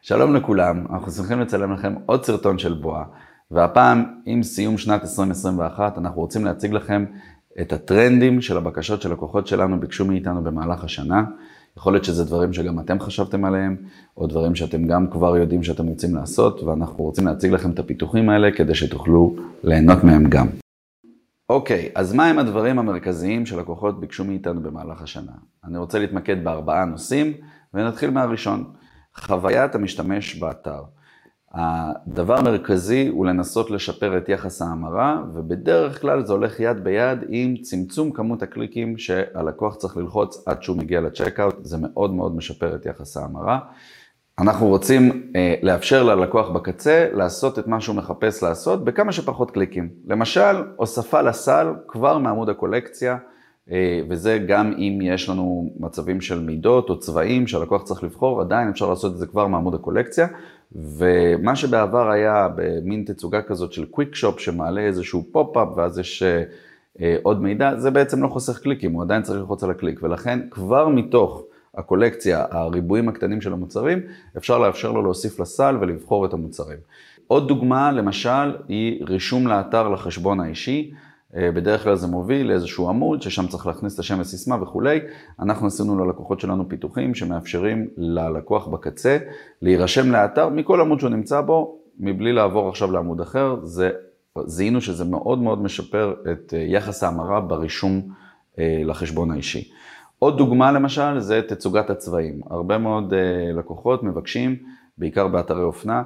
שלום לכולם, אנחנו שמחים לצלם לכם עוד סרטון של בועה, והפעם עם סיום שנת 2021 אנחנו רוצים להציג לכם את הטרנדים של הבקשות של לקוחות שלנו ביקשו מאיתנו במהלך השנה. יכול להיות שזה דברים שגם אתם חשבתם עליהם, או דברים שאתם גם כבר יודעים שאתם רוצים לעשות, ואנחנו רוצים להציג לכם את הפיתוחים האלה כדי שתוכלו ליהנות מהם גם. אוקיי, אז מה הם הדברים המרכזיים שלקוחות ביקשו מאיתנו במהלך השנה? אני רוצה להתמקד ב4 נושאים, ונתחיל מהראשון. חוויית המשתמש באתר. הדבר המרכזי הוא לנסות לשפר את יחס ההמרה, ובדרך כלל זה הולך יד ביד עם צמצום כמות הקליקים שהלקוח צריך ללחוץ עד שהוא מגיע לצ'קאוט. זה מאוד מאוד משפר את יחס ההמרה. אנחנו רוצים לאפשר ללקוח בקצה לעשות את מה שהוא מחפש לעשות בכמה שפחות קליקים. למשל, הוספה לסל כבר מעמוד הקולקציה, וזה גם אם יש לנו מצבים של מידות או צבעים שהלקוח צריך לבחור, עדיין אפשר לעשות את זה כבר מעמוד הקולקציה. ומה שבעבר היה במין תצוגה כזאת של קוויק שופ שמעלה איזשהו פופ-אפ ואז יש עוד מידע, זה בעצם לא חוסך קליקים, הוא עדיין צריך ללחוץ על הקליק, ולכן כבר מתוך הקולקציה, הריבועים הקטנים של המוצרים, אפשר לאפשר לו להוסיף לסל ולבחור את המוצרים. עוד דוגמה למשל היא רישום לאתר לחשבון האישי. בדרך כלל זה מוביל לאיזשהו עמוד ששם צריך להכניס את השם וסיסמה וכולי. אנחנו עשינו ללקוחות שלנו פיתוחים שמאפשרים ללקוח בקצה להירשם לאתר מכל עמוד שהוא נמצא בו, מבלי לעבור עכשיו לעמוד אחר. זיהינו שזה מאוד מאוד משפר את יחס ההמרה ברישום לחשבון האישי. עוד דוגמה למשל זה תצוגת הצבעים. הרבה מאוד לקוחות מבקשים, בעיקר באתרי אופנה,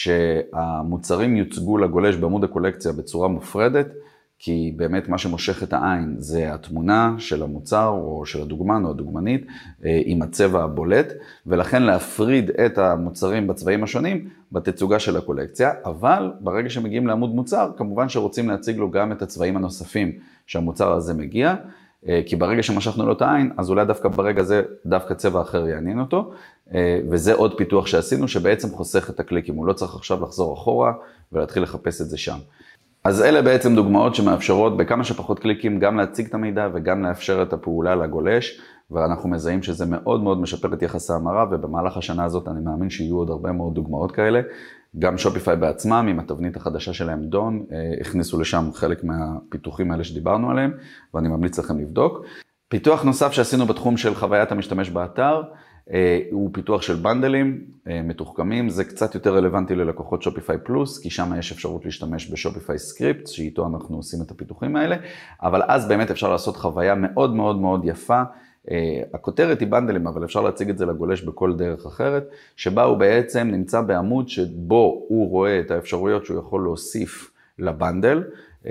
שהמוצרים יוצגו לגולש בעמוד הקולקציה בצורה מופרדת, כי באמת מה שמושך את העין זה התמונה של המוצר או של הדוגמן או הדוגמנית עם הצבע הבולט, ולכן להפריד את המוצרים בצבעים השונים בתצוגה של הקולקציה, אבל ברגע שמגיעים לעמוד מוצר, כמובן שרוצים להציג לו גם את הצבעים הנוספים שהמוצר הזה מגיע, כי ברגע שמשכנו לו את העין, אז אולי דווקא ברגע זה דווקא צבע אחר יעניין אותו, וזה עוד פיתוח שעשינו שבעצם חוסך את הקליקים, הוא לא צריך עכשיו לחזור אחורה ולהתחיל לחפש את זה שם. אז אלה בעצם דוגמאות שמאפשרות בכמה שפחות קליקים גם להציג את המידע וגם לאפשר את הפעולה לגולש, ואנחנו מזהים שזה מאוד מאוד משפר את יחס ההמרה, ובמהלך השנה הזאת אני מאמין שיהיו עוד הרבה מאוד דוגמאות כאלה. גם שופיפיי בעצמם עם התבנית החדשה שלהם דון, הכניסו לשם חלק מהפיתוחים האלה שדיברנו עליהם, ואני ממליץ לכם לבדוק. פיתוח נוסף שעשינו בתחום של חוויית המשתמש באתר, הוא פיתוח של בנדלים מתוחכמים. זה קצת יותר רלוונטי ללקוחות שופיפיי פלוס, כי שם יש אפשרות להשתמש בשופיפיי סקריפט, שאיתו אנחנו עושים את הפיתוחים האלה, אבל אז באמת אפשר לעשות חוויה מאוד מאוד מאוד יפה. הכותרת היא בנדלים, אבל אפשר להציג את זה לגולש בכל דרך אחרת, שבה הוא בעצם נמצא בעמוד שבו הוא רואה את האפשרויות שהוא יכול להוסיף לבנדל,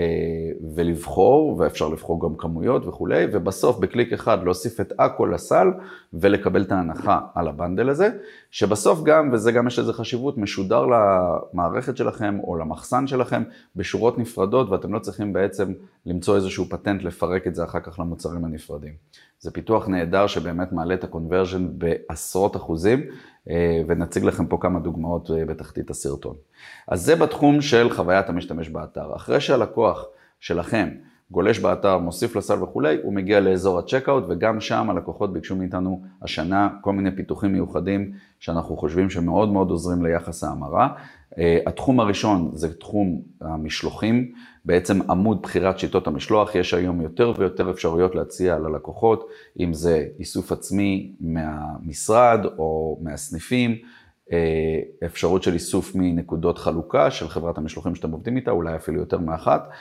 ולבחור, ואפשר לבחור גם כמויות וכולי, ובסוף בקליק אחד להוסיף את הכל לסל, ולקבל את ההנחה על הבנדל הזה, שבסוף גם, וזה גם יש לזה חשיבות, משודר למערכת שלכם או למחסן שלכם בשורות נפרדות, ואתם לא צריכים בעצם למצוא איזשהו פטנט לפרק את זה אחר כך למוצרים הנפרדים. זה פיתוח נהדר שבאמת מעלה את הקונברז'ן בעשרות אחוזים, ונציג לכם פה כמה דוגמאות בתחתית הסרטון. אז זה בתחום של חוויית המשתמש באתר. אחרי שהלקוח שלכם גולש באתר, מוסיף לסל וכולי, הוא מגיע לאזור הצ'קאוט, וגם שם הלקוחות ביקשו מאיתנו השנה כל מיני פיתוחים מיוחדים שאנחנו חושבים שמאוד מאוד עוזרים ליחס ההמרה. התחום הראשון זה תחום המשלוחים, בעצם עמוד בחירת שיטות המשלוח. יש היום יותר ויותר אפשרויות להציע ללקוחות, אם זה איסוף עצמי מהמשרד או מהסניפים, אפשרות של איסוף מנקודות חלוקה של חברת המשלוחים שאתם עובדים איתה, אולי אפילו יותר מאחת,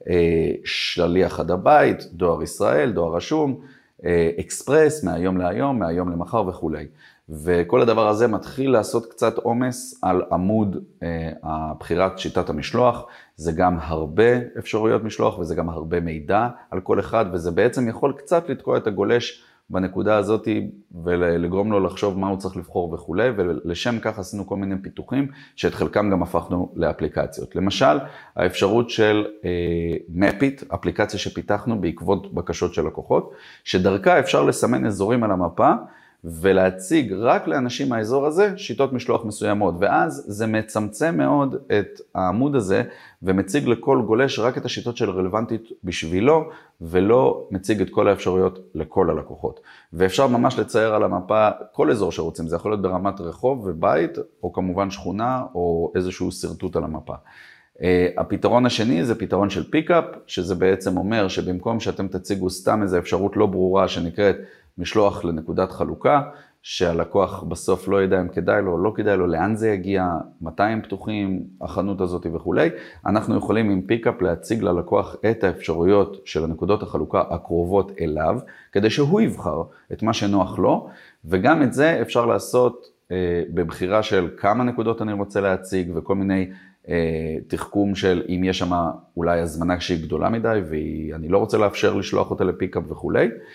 שליח עד הבית, דואר ישראל, דואר רשום, אקספרס, מהיום להיום, מהיום למחר וכולי. וכל הדבר הזה מתחיל לעשות קצת עומס על עמוד הבחירת שיטת המשלוח. זה גם הרבה אפשרויות משלוח וזה גם הרבה מידע על כל אחד, וזה בעצם יכול קצת לתקוע את הגולש בנקודה הזאת ולגרום לו לחשוב מה הוא צריך לבחור וכולי, ולשם כך עשינו כל מיני פיתוחים שאת חלקם גם הפכנו לאפליקציות. למשל, האפשרות של מפית, אפליקציה שפיתחנו בעקבות בקשות של לקוחות, שדרכה אפשר לסמן אזורים על המפה, ולהציג רק לאנשים מהאזור הזה שיטות משלוח מסוימות, ואז זה מצמצם מאוד את העמוד הזה, ומציג לכל גולש רק את השיטות של רלוונטית בשבילו, ולא מציג את כל האפשרויות לכל הלקוחות. ואפשר ממש לצייר על המפה כל אזור שרוצים, זה יכול להיות ברמת רחוב ובית, או כמובן שכונה, או איזשהו סרטוט על המפה. הפתרון השני זה פתרון של פיקאפ, שזה בעצם אומר שבמקום שאתם תציגו סתם איזו אפשרות לא ברורה שנקראת משלוח לנקודת חלוקה, שהלקוח בסוף לא ידע אם כדאי לו או לא כדאי לו, לאן זה יגיע, מתי הם פתוחים, החנות הזאת וכו'. אנחנו יכולים עם פיקאפ להציג ללקוח את האפשרויות של הנקודות החלוקה הקרובות אליו, כדי שהוא יבחר את מה שנוח לו, וגם את זה אפשר לעשות בבחירה של כמה נקודות אני רוצה להציג, וכל מיני תחכום של אם יש שם אולי הזמנה שהיא גדולה מדי, ואני לא רוצה לאפשר לשלוח אותה לפיקאפ וכו'.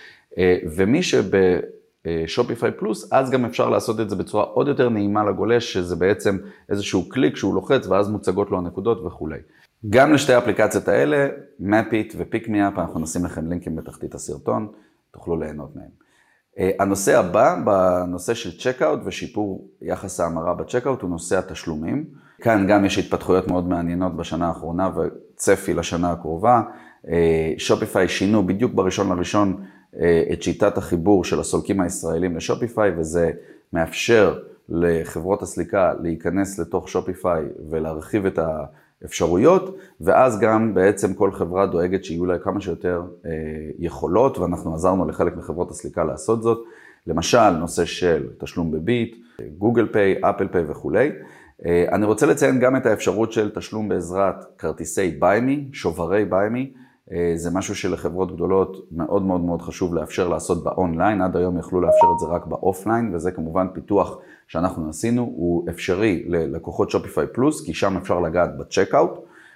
ומי שבשופיפיי פלוס, אז גם אפשר לעשות את זה בצורה עוד יותר נעימה לגולש, שזה בעצם איזשהו קליק שהוא לוחץ, ואז מוצגות לו הנקודות וכו'. גם לשתי האפליקציות האלה, Mapit ופיק מי אפ, אנחנו נשים לכם לינקים בתחתית הסרטון, תוכלו ליהנות מהם. הנושא הבא, בנושא של צ'קאוט ושיפור יחס ההמרה בצ'קאוט, הוא נושא התשלומים. כאן גם יש התפתחויות מאוד מעניינות בשנה האחרונה וצפי לשנה הקרובה. שופיפיי שינו בדיוק בראשון לראשון את שיטת החיבור של הסולקים הישראלים לשופיפיי, וזה מאפשר לחברות הסליקה להיכנס לתוך שופיפיי ולהרחיב את האפשרויות, ואז גם בעצם כל חברה דואגת שיהיו לה כמה שיותר יכולות, ואנחנו עזרנו לחלק מחברות הסליקה לעשות זאת. למשל, נושא של תשלום בביט, גוגל פיי, אפל פיי וכו'. אני רוצה לציין גם את האפשרות של תשלום בעזרת כרטיסי ביימי, שוברי ביימי. זה משהו שלחברות גדולות מאוד מאוד מאוד חשוב לאפשר לעשות באונליין, עד היום יכלו לאפשר את זה רק באופליין, וזה כמובן פיתוח שאנחנו עשינו, הוא אפשרי ללקוחות שופיפיי פלוס, כי שם אפשר לגעת בצ'קאוט,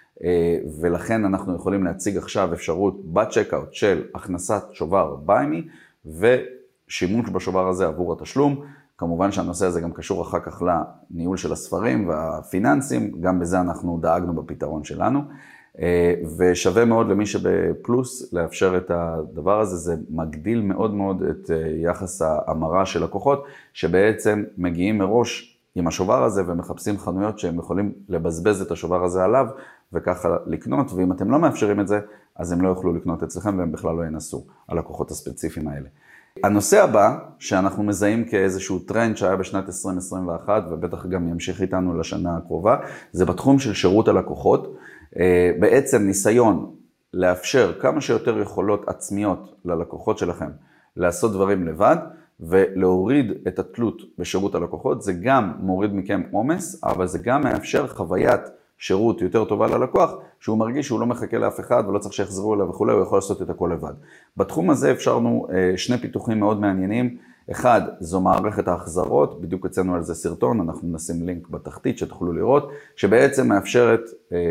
ולכן אנחנו יכולים להציג עכשיו אפשרות בצ'קאוט של הכנסת שובר ביימי, ושימוש בשובר הזה עבור התשלום. כמובן שהנושא הזה גם קשור אחר כך לניהול של הספרים והפיננסים, גם בזה אנחנו דאגנו בפתרון שלנו. ושווה מאוד למי שבפלוס לאפשר את הדבר הזה, זה מגדיל מאוד מאוד את יחס ההמרה של לקוחות, שבעצם מגיעים מראש עם השובר הזה ומחפשים חנויות שהם יכולים לבזבז את השובר הזה עליו, וככה לקנות, ואם אתם לא מאפשרים את זה, אז הם לא יוכלו לקנות אצלכם, והם בכלל לא ינסו, הלקוחות הספציפיים האלה. הנושא הבא, שאנחנו מזהים כאיזשהו טרנד שהיה בשנת 2021, ובטח גם ימשיך איתנו לשנה הקרובה, זה בתחום של שירות הלקוחות. בעצם ניסיון לאפשר כמה שיותר יכולות עצמיות ללקוחות שלכם, לעשות דברים לבד, ולהוריד את התלות בשירות הלקוחות. זה גם מוריד מכם עומס, אבל זה גם מאפשר חוויית שירות יותר טובה ללקוח, שהוא מרגיש שהוא לא מחכה לאף אחד ולא צריך שיחזרו אליו וכו', הוא יכול לעשות את הכל לבד. בתחום הזה אפשרנו שני פיתוחים מאוד מעניינים. אחד, זו מערכת ההחזרות, בדיוק הצאנו על זה סרטון, אנחנו נשים לינק בתחתית שתוכלו לראות, שבעצם מאפשרת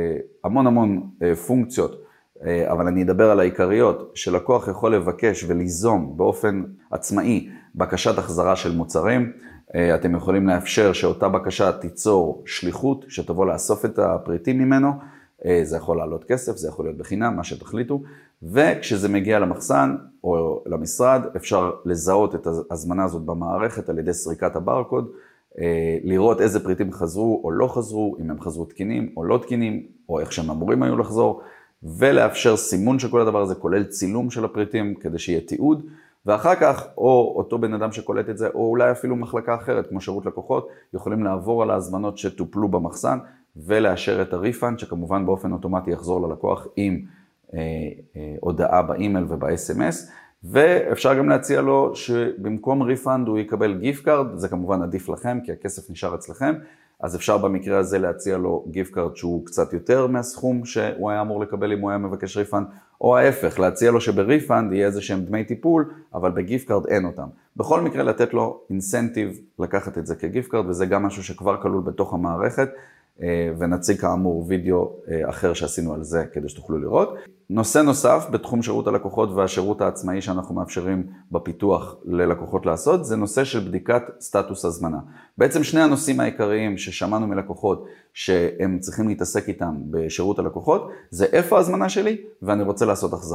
המון פונקציות, אבל אני אדבר על העיקריות, שלקוח יכול לבקש וליזום באופן עצמאי בקשת החזרה של מוצרים. אתם יכולים לאפשר שאותה בקשה תיצור שליחות, שתבוא לאסוף את הפריטים ממנו, זה יכול לעלות כסף, זה יכול להיות בחינם, מה שתחליטו, וכשזה מגיע למחסן או למשרד, אפשר לזהות את ההזמנה הזאת במערכת על ידי סריקת הברקוד, לראות איזה פריטים חזרו או לא חזרו, אם הם חזרו תקינים או לא תקינים, או איך שהם אמורים היו לחזור, ולאפשר סימון של כל הדבר הזה, כולל צילום של הפריטים כדי שיהיה תיעוד, ואחר כך, או אותו בן אדם שקולט את זה, או אולי אפילו מחלקה אחרת, כמו שירות לקוחות, יכולים לעבור על ההזמנות שטופלו במחסן, ולאשר את הריפאנד, שכמובן באופן אוטומטי יחזור ללקוח עם הודעה באימייל וב-SMS, ואפשר גם להציע לו שבמקום ריפאנד הוא יקבל גיפט קארד, זה כמובן עדיף לכם, כי הכסף נשאר אצלכם, אז אפשר במקרה הזה להציע לו גיפט קארד שהוא קצת יותר מהסכום שהוא היה אמור לקבל אם הוא היה מבקש ריפאנד, או ההפך, להציע לו שבריפאנד יהיה איזה שהם דמי טיפול, אבל בגיפט קארד אין אותם. בכל מקרה לתת לו אינסנטיב לקחת את זה כגיפט קארד, וזה גם משהו שכבר כלול בתוך המערכת, ונציג כאמור וידאו אחר שעשינו על זה כדי שתוכלו לראות. נושא נוסף בתחום שירות הלקוחות והשירות העצמאי שאנחנו מאפשרים בפיתוח ללקוחות לעשות, זה נושא של בדיקת סטטוס הזמנה. בעצם שני הנושאים העיקריים ששמענו מלקוחות שהם צריכים להתעסק איתם בשירות הלקוחות, זה איפה ההזמנה שלי ואני רוצה לעשות החזרה.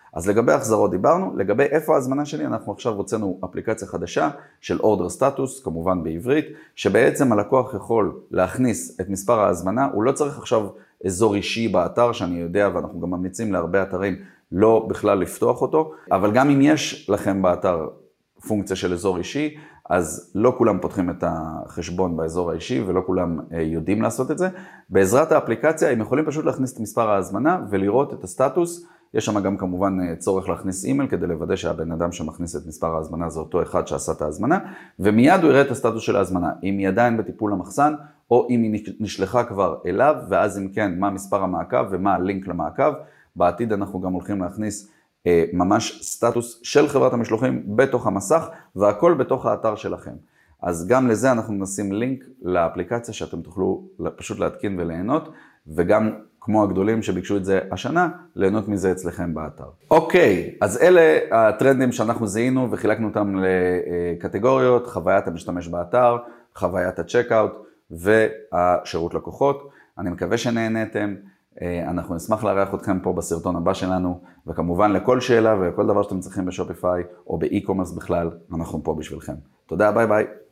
אז לגבי החזרות דיברנו, לגבי איפה ההזמנה שלי, אנחנו עכשיו הוצאנו אפליקציה חדשה של Order Status, כמובן בעברית, שבעצם הלקוח יכול להכניס את מספר ההזמנה, הוא לא צריך עכשיו אזור אישי באתר שאני יודע, ואנחנו גם ממליצים להרבה אתרים לא בכלל לפתוח אותו, אבל גם אם יש לכם באתר פונקציה של אזור אישי, אז לא כולם פותחים את החשבון באזור האישי, ולא כולם יודעים לעשות את זה. בעזרת האפליקציה הם יכולים פשוט להכניס את מספר ההזמנה ולראות את הסטטוס. יש שם גם כמובן צורך להכניס אימייל כדי לוודא שהבן אדם שמכניס את מספר ההזמנה זה אותו אחד שעשה את ההזמנה, ומיד הוא יראה את הסטטוס של ההזמנה, אם היא עדיין בטיפול למחסן, או אם היא נשלחה כבר אליו, ואז אם כן, מה מספר המעקב ומה הלינק למעקב. בעתיד אנחנו גם הולכים להכניס ממש סטטוס של חברת המשלוחים בתוך המסך, והכל בתוך האתר שלכם. אז גם לזה אנחנו נשים לינק לאפליקציה שאתם תוכלו פשוט להתקין וליהנות, וגם כמו הגדולים שביקשו את זה השנה, ליהנות מזה אצלכם באתר. אוקיי, אז אלה הטרנדים שאנחנו זיהינו וחילקנו אותם לקטגוריות, חוויית המשתמש באתר, חוויית הצ'קאוט והשירות לקוחות. אני מקווה שנהנתם. אנחנו נשמח לארח אתכם פה בסרטון הבא שלנו, וכמובן לכל שאלה וכל דבר שאתם צריכים בשופיפיי או באי-קומרס בכלל, אנחנו פה בשבילכם. תודה, ביי ביי.